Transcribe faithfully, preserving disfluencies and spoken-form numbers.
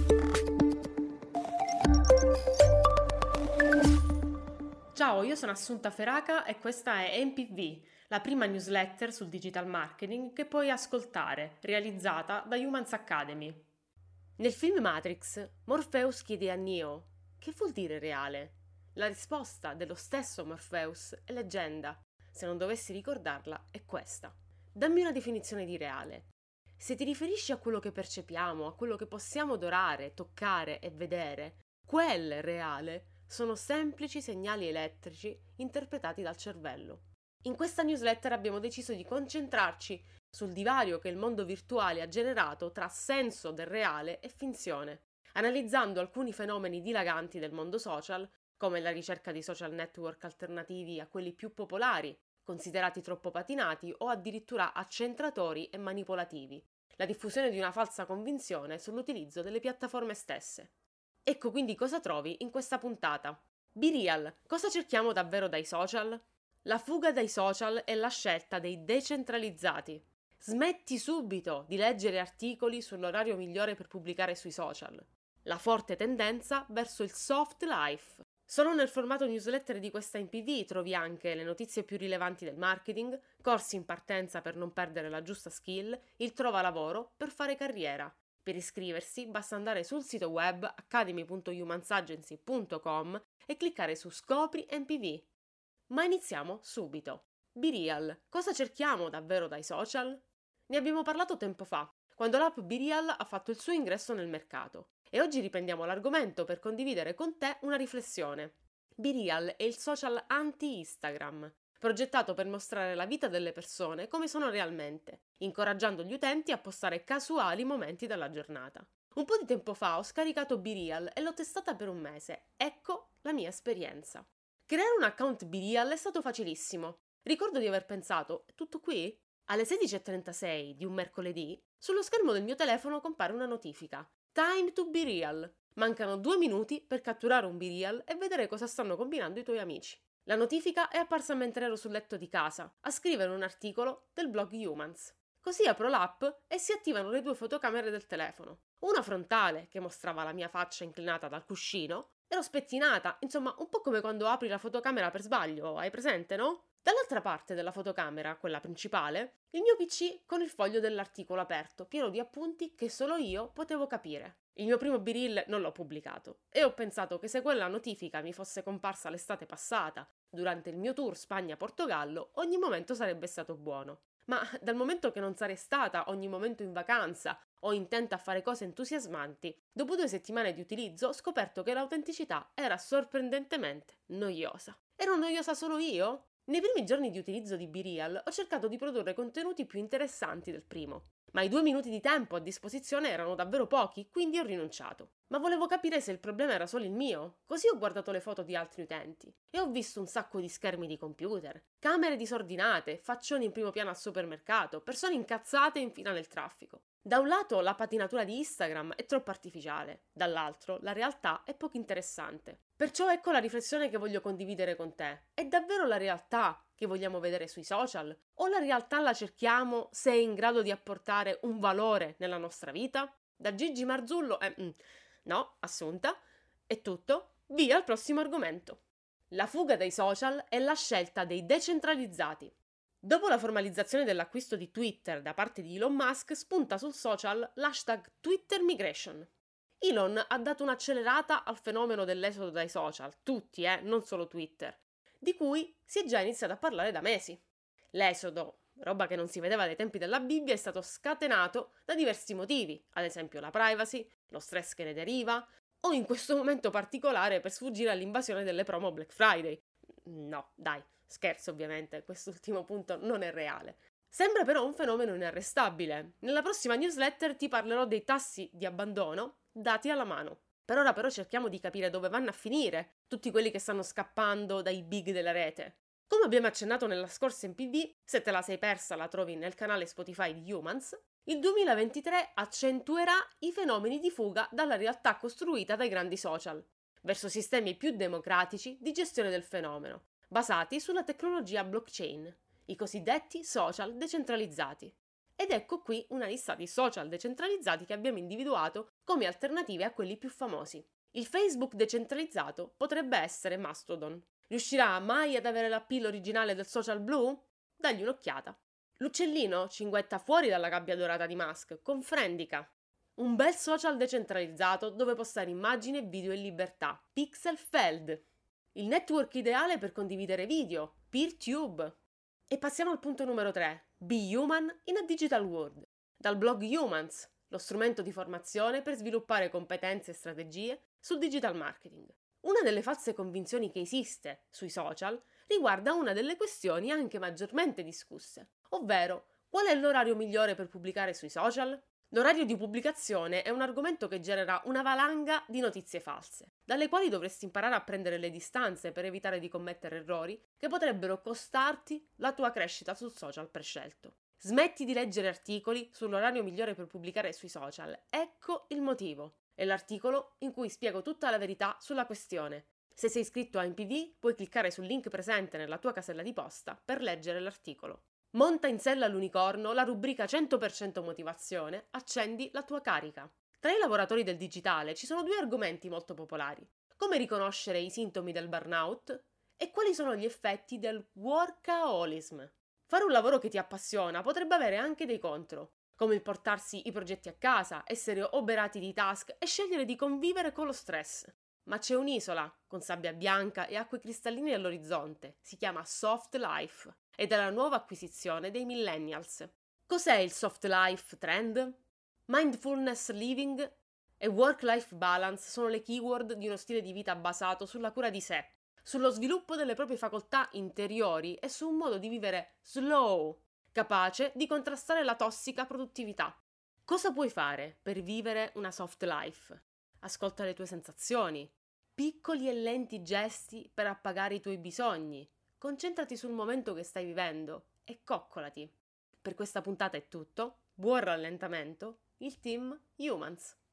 Ciao, io sono Assunta Feraca e questa è M P V, la prima newsletter sul digital marketing che puoi ascoltare, realizzata da Humans Academy. Nel film Matrix, Morpheus chiede a Neo: che vuol dire reale? La risposta dello stesso Morpheus è leggenda. Se non dovessi ricordarla, è questa. Dammi una definizione di reale. Se ti riferisci a quello che percepiamo, a quello che possiamo odorare, toccare e vedere, quel reale sono semplici segnali elettrici interpretati dal cervello. In questa newsletter abbiamo deciso di concentrarci sul divario che il mondo virtuale ha generato tra senso del reale e finzione, analizzando alcuni fenomeni dilaganti del mondo social, come la ricerca di social network alternativi a quelli più popolari, considerati troppo patinati o addirittura accentratori e manipolativi, la diffusione di una falsa convinzione sull'utilizzo delle piattaforme stesse. Ecco quindi cosa trovi in questa puntata. Be Real, cosa cerchiamo davvero dai social? La fuga dai social è la scelta dei decentralizzati. Smetti subito di leggere articoli sull'orario migliore per pubblicare sui social. La forte tendenza verso il soft life. Solo nel formato newsletter di questa M P V trovi anche le notizie più rilevanti del marketing, corsi in partenza per non perdere la giusta skill, il trova lavoro per fare carriera. Per iscriversi basta andare sul sito web academy punto humansagency punto com e cliccare su Scopri M P V. Ma iniziamo subito. Be Real, cosa cerchiamo davvero dai social? Ne abbiamo parlato tempo fa, quando l'app Be Real ha fatto il suo ingresso nel mercato. E oggi riprendiamo l'argomento per condividere con te una riflessione. Be Real è il social anti-Instagram, progettato per mostrare la vita delle persone come sono realmente, incoraggiando gli utenti a postare casuali momenti della giornata. Un po' di tempo fa ho scaricato Be Real e l'ho testata per un mese. Ecco la mia esperienza. Creare un account Be Real è stato facilissimo. Ricordo di aver pensato: è tutto qui? Alle sedici e trentasei di un mercoledì, sullo schermo del mio telefono compare una notifica. Time to Be Real. Mancano due minuti per catturare un Be Real e vedere cosa stanno combinando i tuoi amici. La notifica è apparsa mentre ero sul letto di casa, a scrivere un articolo del blog Humans. Così apro l'app e si attivano le due fotocamere del telefono. Una frontale, che mostrava la mia faccia inclinata dal cuscino, ero spettinata, insomma un po' come quando apri la fotocamera per sbaglio, hai presente, no? Dall'altra parte della fotocamera, quella principale, il mio P C con il foglio dell'articolo aperto, pieno di appunti che solo io potevo capire. Il mio primo Be Real non l'ho pubblicato e ho pensato che se quella notifica mi fosse comparsa l'estate passata, durante il mio tour Spagna-Portogallo, ogni momento sarebbe stato buono. Ma dal momento che non sarei stata ogni momento in vacanza o intenta a fare cose entusiasmanti, dopo due settimane di utilizzo ho scoperto che l'autenticità era sorprendentemente noiosa. Ero noiosa solo io? Nei primi giorni di utilizzo di Be Real ho cercato di produrre contenuti più interessanti del primo, ma i due minuti di tempo a disposizione erano davvero pochi, quindi ho rinunciato. Ma volevo capire se il problema era solo il mio, così ho guardato le foto di altri utenti e ho visto un sacco di schermi di computer, camere disordinate, faccioni in primo piano al supermercato, persone incazzate in fila nel traffico. Da un lato la patinatura di Instagram è troppo artificiale, dall'altro la realtà è poco interessante. Perciò ecco la riflessione che voglio condividere con te. È davvero la realtà che vogliamo vedere sui social? O la realtà la cerchiamo se è in grado di apportare un valore nella nostra vita? Da Gigi Marzullo è... Eh, no, Assunta. È tutto. Via al prossimo argomento. La fuga dai social è la scelta dei decentralizzati. Dopo la formalizzazione dell'acquisto di Twitter da parte di Elon Musk, spunta sul social l'hashtag Twitter Migration. Elon ha dato un'accelerata al fenomeno dell'esodo dai social, tutti, eh, non solo Twitter, di cui si è già iniziato a parlare da mesi. L'esodo, roba che non si vedeva dai tempi della Bibbia, è stato scatenato da diversi motivi, ad esempio la privacy, lo stress che ne deriva, o in questo momento particolare per sfuggire all'invasione delle promo Black Friday. No, dai, scherzo ovviamente, quest'ultimo punto non è reale. Sembra però un fenomeno inarrestabile. Nella prossima newsletter ti parlerò dei tassi di abbandono dati alla mano. Per ora però cerchiamo di capire dove vanno a finire tutti quelli che stanno scappando dai big della rete. Come abbiamo accennato nella scorsa M P V, se te la sei persa la trovi nel canale Spotify di Humans, il duemilaventitré accentuerà i fenomeni di fuga dalla realtà costruita dai grandi social, verso sistemi più democratici di gestione del fenomeno, basati sulla tecnologia blockchain, i cosiddetti social decentralizzati. Ed ecco qui una lista di social decentralizzati che abbiamo individuato come alternative a quelli più famosi. Il Facebook decentralizzato potrebbe essere Mastodon. Riuscirà mai ad avere l'appeal originale del social blu? Dagli un'occhiata. L'uccellino cinguetta fuori dalla gabbia dorata di Musk con Friendica. Un bel social decentralizzato dove postare immagini e video in libertà. Pixelfeld. Il network ideale per condividere video. PeerTube. E passiamo al punto numero tre. Be Human in a Digital World. Dal blog Humans, lo strumento di formazione per sviluppare competenze e strategie sul digital marketing. Una delle false convinzioni che esiste sui social riguarda una delle questioni anche maggiormente discusse, ovvero qual è l'orario migliore per pubblicare sui social? L'orario di pubblicazione è un argomento che genera una valanga di notizie false, dalle quali dovresti imparare a prendere le distanze per evitare di commettere errori che potrebbero costarti la tua crescita sul social prescelto. Smetti di leggere articoli sull'orario migliore per pubblicare sui social. Ecco il motivo. È l'articolo in cui spiego tutta la verità sulla questione. Se sei iscritto a M P V, puoi cliccare sul link presente nella tua casella di posta per leggere l'articolo. Monta in sella all'unicorno la rubrica cento per cento motivazione, accendi la tua carica. Tra i lavoratori del digitale ci sono due argomenti molto popolari. Come riconoscere i sintomi del burnout e quali sono gli effetti del workaholism. Fare un lavoro che ti appassiona potrebbe avere anche dei contro, come il portarsi i progetti a casa, essere oberati di task e scegliere di convivere con lo stress. Ma c'è un'isola, con sabbia bianca e acque cristalline all'orizzonte, si chiama Soft Life, ed è la nuova acquisizione dei millennials. Cos'è il Soft Life trend? Mindfulness living e work-life balance sono le keyword di uno stile di vita basato sulla cura di sé, sullo sviluppo delle proprie facoltà interiori e su un modo di vivere slow, capace di contrastare la tossica produttività. Cosa puoi fare per vivere una soft life? Ascolta le tue sensazioni, piccoli e lenti gesti per appagare i tuoi bisogni, concentrati sul momento che stai vivendo e coccolati. Per questa puntata è tutto, buon rallentamento, il team Humans.